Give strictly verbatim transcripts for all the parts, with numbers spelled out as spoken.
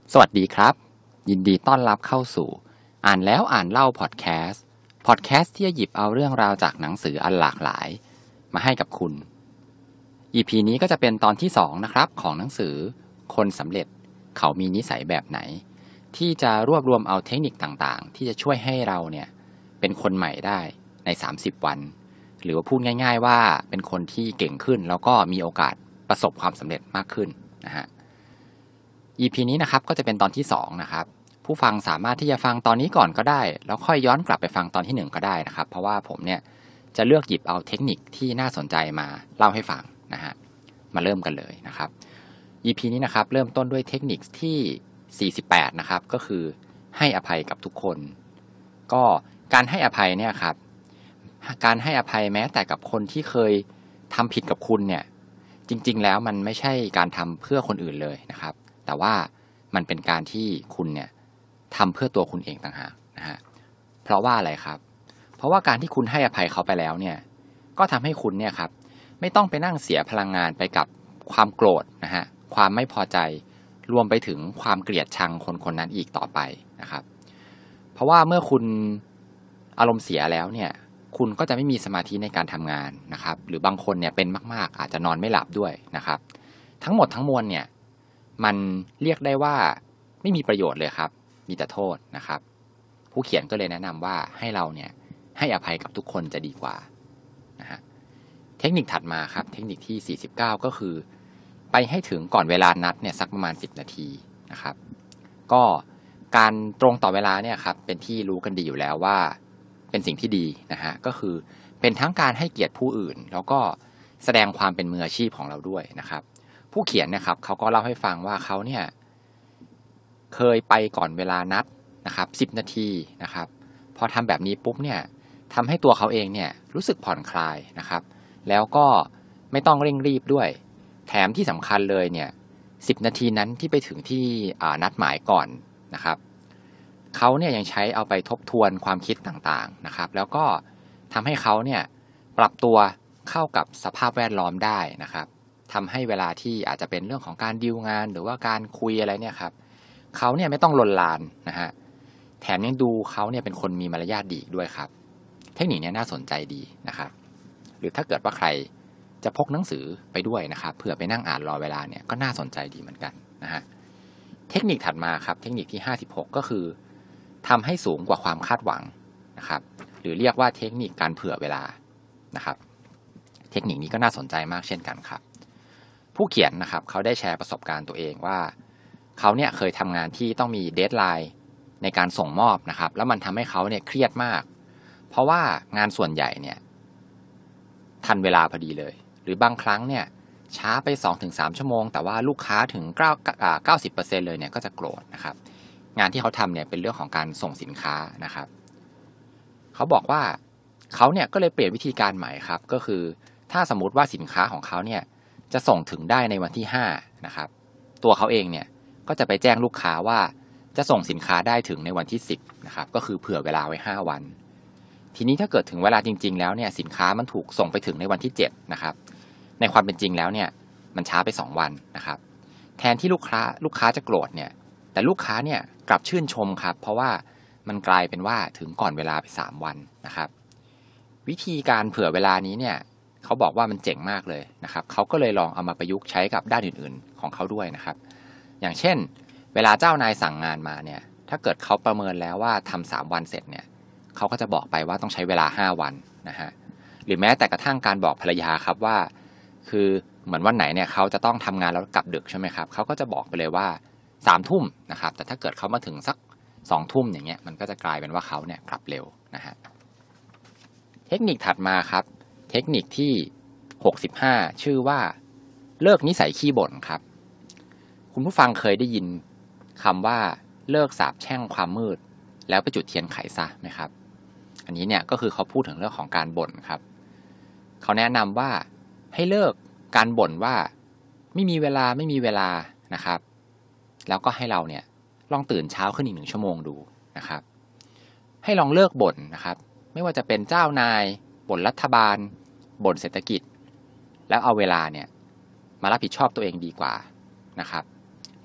สวัสดีครับยินดีต้อนรับเข้าสู่อ่านแล้วอ่านเล่าพอดแคสต์พอดแคสต์ที่จะหยิบเอาเรื่องราวจากหนังสืออันหลากหลายมาให้กับคุณ อี พี นี้ก็จะเป็นตอนที่สองนะครับของหนังสือคนสำเร็จเขามีนิสัยแบบไหนที่จะรวบรวมเอาเทคนิคต่างๆที่จะช่วยให้เราเนี่ยเป็นคนใหม่ได้ในสามสิบวันหรือว่าพูดง่ายๆว่าเป็นคนที่เก่งขึ้นแล้วก็มีโอกาสประสบความสำเร็จมากขึ้นนะฮะอี พี นี้นะครับก็จะเป็นตอนที่สองนะครับผู้ฟังสามารถที่จะฟังตอนนี้ก่อนก็ได้แล้วค่อยย้อนกลับไปฟังตอนที่หนึ่งก็ได้นะครับเพราะว่าผมเนี่ยจะเลือกหยิบเอาเทคนิคที่น่าสนใจมาเล่าให้ฟังนะฮะมาเริ่มกันเลยนะครับ อี พี นี้นะครับเริ่มต้นด้วยเทคนิคที่สี่สิบแปดนะครับก็คือให้อภัยกับทุกคนก็การให้อภัยเนี่ยครับการให้อภัยแม้แต่กับคนที่เคยทำผิดกับคุณเนี่ยจริงๆแล้วมันไม่ใช่การทำเพื่อคนอื่นเลยนะครับแต่ว่ามันเป็นการที่คุณเนี่ยทำเพื่อตัวคุณเองต่างหากนะฮะเพราะว่าอะไรครับเพราะว่าการที่คุณให้อภัยเขาไปแล้วเนี่ยก็ทำให้คุณเนี่ยครับไม่ต้องไปนั่งเสียพลังงานไปกับความโกรธนะฮะความไม่พอใจรวมไปถึงความเกลียดชังคนคนนั้นอีกต่อไปนะครับเพราะว่าเมื่อคุณอารมณ์เสียแล้วเนี่ยคุณก็จะไม่มีสมาธิในการทำงานนะครับหรือบางคนเนี่ยเป็นมากๆอาจจะนอนไม่หลับด้วยนะครับทั้งหมดทั้งมวลเนี่ยมันเรียกได้ว่าไม่มีประโยชน์เลยครับมีแต่โทษนะครับผู้เขียนก็เลยแนะนำว่าให้เราเนี่ยให้อภัยกับทุกคนจะดีกว่านะฮะเทคนิคถัดมาครับเทคนิคที่สี่สิบเก้าก็คือไปให้ถึงก่อนเวลานัดเนี่ยสักประมาณสิบนาทีนะครับก็การตรงต่อเวลาเนี่ยครับเป็นที่รู้กันดีอยู่แล้วว่าเป็นสิ่งที่ดีนะฮะก็คือเป็นทั้งการให้เกียรติผู้อื่นแล้วก็แสดงความเป็นมืออาชีพของเราด้วยนะครับผู้เขียนนะครับเขาก็เล่าให้ฟังว่าเขาเนี่ยเคยไปก่อนเวลานัดนะครับสิบนาทีนะครับพอทำแบบนี้ปุ๊บเนี่ยทำให้ตัวเขาเองเนี่ยรู้สึกผ่อนคลายนะครับแล้วก็ไม่ต้องเร่งรีบด้วยแถมที่สำคัญเลยเนี่ยสิบนาทีนั้นที่ไปถึงที่นัดหมายก่อนนะครับเขาเนี่ยยังใช้เอาไปทบทวนความคิดต่างๆนะครับแล้วก็ทำให้เขาเนี่ยปรับตัวเข้ากับสภาพแวดล้อมได้นะครับทำให้เวลาที่อาจจะเป็นเรื่องของการดีลงานหรือว่าการคุยอะไรเนี่ยครับเขาเนี่ยไม่ต้องลนลานนะฮะแถมยังดูเขาเนี่ยเป็นคนมีมารยาทดีด้วยครับเทคนิคนี้น่าสนใจดีนะครับหรือถ้าเกิดว่าใครจะพกหนังสือไปด้วยนะครับเผื่อไปนั่งอ่านรอเวลาเนี่ยก็น่าสนใจดีเหมือนกันนะฮะเทคนิคถัดมาครับเทคนิคที่ห้าสิบหกก็คือทำให้สูงกว่าความคาดหวังนะครับหรือเรียกว่าเทคนิคการเผื่อเวลานะครับเทคนิคนี้ก็น่าสนใจมากเช่นกันครับผู้เขียนนะครับเขาได้แชร์ประสบการณ์ตัวเองว่าเขาเนี่ยเคยทำงานที่ต้องมีเดดไลน์ในการส่งมอบนะครับแล้วมันทำให้เขาเนี่ยเครียดมากเพราะว่างานส่วนใหญ่เนี่ยทันเวลาพอดีเลยหรือบางครั้งเนี่ยช้าไป สองถึงสาม ชั่วโมงแต่ว่าลูกค้าถึงเก้าสิบเปอร์เซ็นต์เลยเนี่ยก็จะโกรธนะครับงานที่เขาทำเนี่ยเป็นเรื่องของการส่งสินค้านะครับเขาบอกว่าเขาเนี่ยก็เลยเปลี่ยนวิธีการใหม่ครับก็คือถ้าสมมุติว่าสินค้าของเขาเนี่ยจะส่งถึงได้ในวันที่ห้านะครับตัวเขาเองเนี่ยก็จะไปแจ้งลูกค้าว่าจะส่งสินค้าได้ถึงในวันที่สิบนะครับก็คือเผื่อเวลาไว้ห้าวันทีนี้ถ้าเกิดถึงเวลาจริงๆแล้วเนี่ยสินค้ามันถูกส่งไปถึงในวันที่เจ็ดนะครับในความเป็นจริงแล้วเนี่ยมันช้าไปสองวันนะครับแทนที่ลูกค้าลูกค้าจะโกรธเนี่ยแต่ลูกค้าเนี่ยกลับชื่นชมครับเพราะว่ามันกลายเป็นว่าถึงก่อนเวลาไปสามวันนะครับวิธีการเผื่อเวลานี้เนี่ยเขาบอกว่ามันเจ๋งมากเลยนะครับเขาก็เลยลองเอามาประยุกต์ใช้กับด้านอื่นๆของเขาด้วยนะครับอย่างเช่นเวลาเจ้านายสั่งงานมาเนี่ยถ้าเกิดเขาประเมินแล้วว่าทำสามวันเสร็จเนี่ยเขาก็จะบอกไปว่าต้องใช้เวลาห้าวันนะฮะหรือแม้แต่กระทั่งการบอกภรรยาครับว่าคือเหมือนวันไหนเนี่ยเขาจะต้องทำงานแล้วกลับดึกใช่ไหมครับเขาก็จะบอกไปเลยว่าสามทุ่มนะครับแต่ถ้าเกิดเขามาถึงสักสองทุ่มอย่างเงี้ยมันก็จะกลายเป็นว่าเขาเนี่ยกลับเร็วนะฮะเทคนิคถัดมาครับเทคนิคที่หกสิบห้าชื่อว่าเลิกนิสัยขี้บ่นครับคุณผู้ฟังเคยได้ยินคำว่าเลิกสาปแช่งความมืดแล้วไปจุดเทียนไขซะไหมครับอันนี้เนี่ยก็คือเขาพูดถึงเรื่องของการบ่นครับเขาแนะนำว่าให้เลิกการบ่นว่าไม่มีเวลาไม่มีเวลานะครับแล้วก็ให้เราเนี่ยลองตื่นเช้าขึ้นอีกหนึ่งชั่วโมงดูนะครับให้ลองเลิกบ่นนะครับไม่ว่าจะเป็นเจ้านายบ่นรัฐบาลบ่นเศรษฐกิจแล้วเอาเวลาเนี่ยมารับผิดชอบตัวเองดีกว่านะครับพ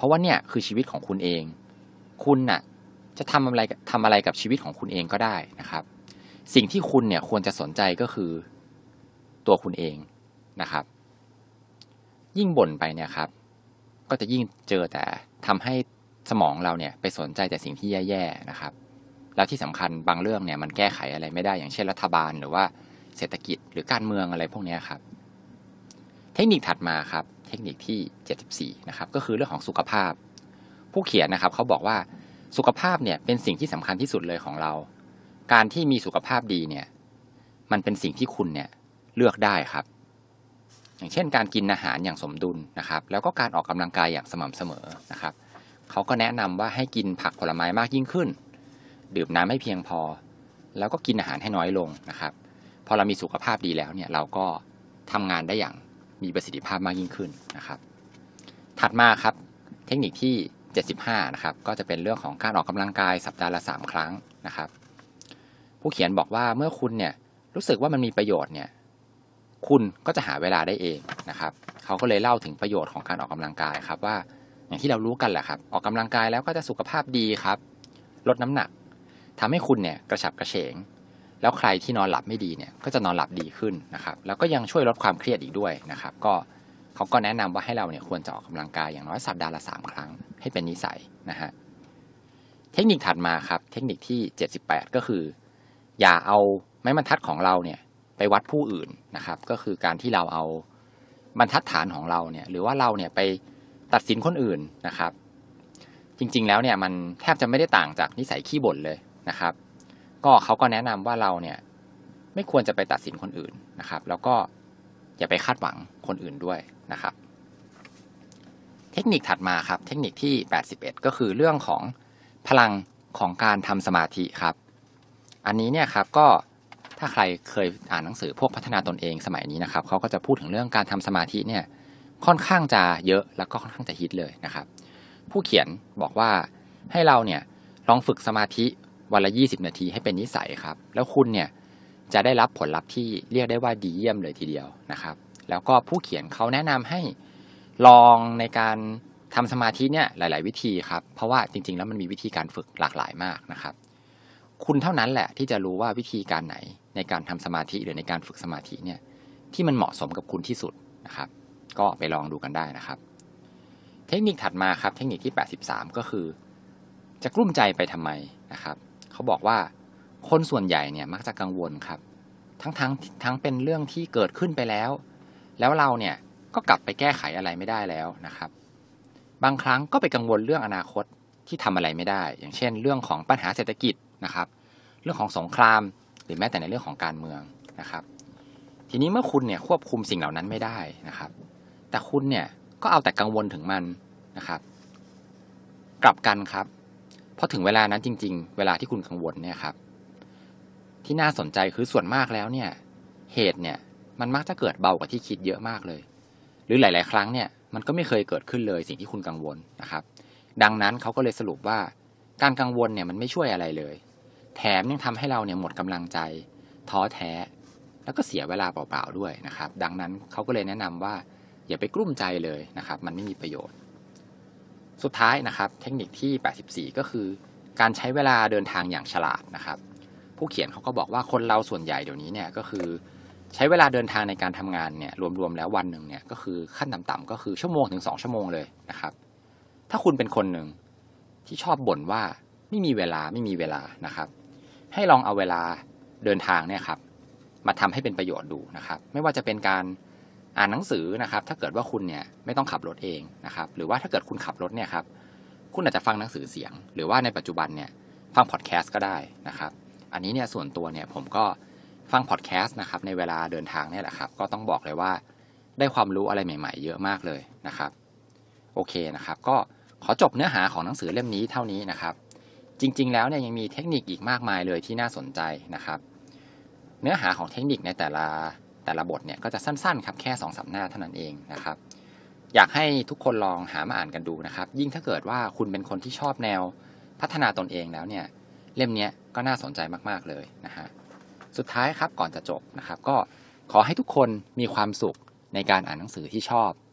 ราะว่าเนี่ยคือชีวิตของคุณเองคุณน่ะจะทำอะไรทำอะไรกับชีวิตของคุณเองก็ได้นะครับสิ่งที่คุณเนี่ยควรจะสนใจก็คือตัวคุณเองนะครับยิ่งบ่นไปเนี่ยครับก็จะยิ่งเจอแต่ทำให้สมองเราเนี่ยไปสนใจแต่สิ่งที่แย่ๆนะครับแล้วที่สำคัญบางเรื่องเนี่ยมันแก้ไขอะไรไม่ได้อย่างเช่นรัฐบาลหรือว่าเศรษฐกิจหรือการเมืองอะไรพวกนี้ครับเทคนิคถัดมาครับเทคนิคที่เจ็ดสิบสี่นะครับก็คือเรื่องของสุขภาพผู้เขียนนะครับเขาบอกว่าสุขภาพเนี่ยเป็นสิ่งที่สำคัญที่สุดเลยของเราการที่มีสุขภาพดีเนี่ยมันเป็นสิ่งที่คุณเนี่ยเลือกได้ครับอย่างเช่นการกินอาหารอย่างสมดุลนะครับแล้วก็การออกกำลังกายอย่างสม่ำเสมอนะครับเขาก็แนะนำว่าให้กินผักผลไม้มากยิ่งขึ้นดื่มน้ำให้เพียงพอแล้วก็กินอาหารให้น้อยลงนะครับพอเรามีสุขภาพดีแล้วเนี่ยเราก็ทำงานได้อย่างมีประสิทธิภาพมากยิ่งขึ้นนะครับถัดมาครับเทคนิคที่เจ็ดสิบห้านะครับก็จะเป็นเรื่องของการออกกำลังกายสัปดาห์ละสามครั้งนะครับผู้เขียนบอกว่าเมื่อคุณเนี่ยรู้สึกว่ามันมีประโยชน์เนี่ยคุณก็จะหาเวลาได้เองนะครับเขาก็เลยเล่าถึงประโยชน์ของการออกกำลังกายครับว่าอย่างที่เรารู้กันแหละครับออกกำลังกายแล้วก็จะสุขภาพดีครับลดน้ำหนักทำให้คุณเนี่ยกระฉับกระเฉงแล้วใครที่นอนหลับไม่ดีเนี่ยก็จะนอนหลับดีขึ้นนะครับแล้วก็ยังช่วยลดความเครียดอีกด้วยนะครับก็เขาก็แนะนำว่าให้เราเนี่ยควรจะออกกำลังกายอย่างน้อยสัปดาห์ละสามครั้งให้เป็นนิสัยนะฮะเทคนิคถัดมาครับเทคนิคที่เจ็ดสิบแปดก็คืออย่าเอาไม้บรรทัดของเราเนี่ยไปวัดผู้อื่นนะครับก็คือการที่เราเอาบรรทัดฐานของเราเนี่ยหรือว่าเราเนี่ยไปตัดสินคนอื่นนะครับจริงๆแล้วเนี่ยมันแทบจะไม่ได้ต่างจากนิสัยขี้บ่นเลยนะครับก็เขาก็แนะนำว่าเราเนี่ยไม่ควรจะไปตัดสินคนอื่นนะครับแล้วก็อย่าไปคาดหวังคนอื่นด้วยนะครับเทคนิคถัดมาครับเทคนิคที่แปดสิบเอ็ดก็คือเรื่องของพลังของการทำสมาธิครับอันนี้เนี่ยครับก็ถ้าใครเคยอ่านหนังสือพวกพัฒนาตนเองสมัยนี้นะครับเขาก็จะพูดถึงเรื่องการทำสมาธิเนี่ยค่อนข้างจะเยอะแล้วก็ค่อนข้างจะฮิตเลยนะครับผู้เขียนบอกว่าให้เราเนี่ยลองฝึกสมาธิวันละยี่สิบนาทีให้เป็นนิสัยครับแล้วคุณเนี่ยจะได้รับผลลัพธ์ที่เรียกได้ว่าดีเยี่ยมเลยทีเดียวนะครับแล้วก็ผู้เขียนเขาแนะนำให้ลองในการทำสมาธิเนี่ยหลายๆวิธีครับเพราะว่าจริงๆแล้วมันมีวิธีการฝึกหลากหลายมากนะครับคุณเท่านั้นแหละที่จะรู้ว่าวิธีการไหนในการทำสมาธิหรือในการฝึกสมาธิเนี่ยที่มันเหมาะสมกับคุณที่สุดนะครับก็ไปลองดูกันได้นะครับเทคนิคถัดมาครับเทคนิคที่แปดสิบสามก็คือจะกลุ้มใจไปทำไมนะครับเขาบอกว่าคนส่วนใหญ่เนี่ยมักจะกังวลครับทั้งทั้งทั้งเป็นเรื่องที่เกิดขึ้นไปแล้วแล้วเราเนี่ยก็กลับไปแก้ไขอะไรไม่ได้แล้วนะครับบางครั้งก็ไปกังวลเรื่องอนาคตที่ทำอะไรไม่ได้อย่างเช่นเรื่องของปัญหาเศรษฐกิจนะครับเรื่องของสงครามหรือแม้แต่ในเรื่องของการเมืองนะครับทีนี้เมื่อคุณเนี่ยควบคุมสิ่งเหล่านั้นไม่ได้นะครับแต่คุณเนี่ยก็เอาแต่กังวลถึงมันนะครับกลับกันครับพอถึงเวลานั้นจริงๆเวลาที่คุณกังวลเนี่ยครับที่น่าสนใจคือส่วนมากแล้วเนี่ยเหตุเนี่ยมันมักจะเกิดเบากว่าที่คิดเยอะมากเลยหรือหลายๆครั้งเนี่ยมันก็ไม่เคยเกิดขึ้นเลยสิ่งที่คุณกังวลนะครับดังนั้นเขาก็เลยสรุปว่าการกังวลเนี่ยมันไม่ช่วยอะไรเลยแถมยังทำให้เราเนี่ยหมดกำลังใจท้อแท้แล้วก็เสียเวลาเปล่าๆด้วยนะครับดังนั้นเขาก็เลยแนะนำว่าอย่าไปกลุ้มใจเลยนะครับมันไม่มีประโยชน์สุดท้ายนะครับเทคนิคที่แปดสิบสี่ก็คือการใช้เวลาเดินทางอย่างฉลาดนะครับผู้เขียนเขาก็บอกว่าคนเราส่วนใหญ่เดี๋ยวนี้เนี่ยก็คือใช้เวลาเดินทางในการทำงานเนี่ยรวมๆแล้ววันหนึ่งเนี่ยก็คือขั้นต่ำๆก็คือชั่วโมงถึงสองชั่วโมงเลยนะครับถ้าคุณเป็นคนหนึ่งที่ชอบบ่นว่าไม่มีเวลาไม่มีเวลานะครับให้ลองเอาเวลาเดินทางเนี่ยครับมาทำให้เป็นประโยชน์ดูนะครับไม่ว่าจะเป็นการอ่านหนังสือนะครับถ้าเกิดว่าคุณเนี่ยไม่ต้องขับรถเองนะครับหรือว่าถ้าเกิดคุณขับรถเนี่ยครับคุณอาจจะฟังหนังสือเสียงหรือว่าในปัจจุบันเนี่ยฟังพอดแคสต์ก็ได้นะครับอันนี้เนี่ยส่วนตัวเนี่ยผมก็ฟังพอดแคสต์นะครับในเวลาเดินทางเนี่ยแหละครับก็ต้องบอกเลยว่าได้ความรู้อะไรใหม่ๆเยอะมากเลยนะครับโอเคนะครับก็ขอจบเนื้อหาของหนังสือเล่มนี้เท่านี้นะครับจริงๆแล้วเนี่ยยังมีเทคนิคอีกมากมายเลยที่น่าสนใจนะครับเนื้อหาของเทคนิคในแต่ละแต่ละบทเนี่ยก็จะสั้นๆครับแค่ สองถึงสาม หน้าเท่านั้นเองนะครับอยากให้ทุกคนลองหามาอ่านกันดูนะครับยิ่งถ้าเกิดว่าคุณเป็นคนที่ชอบแนวพัฒนาตนเองแล้วเนี่ยเล่มนี้ก็น่าสนใจมากๆเลยนะฮะสุดท้ายครับก่อนจะจบนะครับก็ขอให้ทุกคนมีความสุขในการอ่านหนังสือที่ชอบ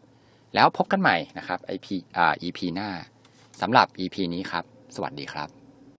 แล้วพบกันใหม่นะครับ ไอ พี อ่า อี พี หน้าสำหรับ อี พี นี้ครับสวัสดีครับ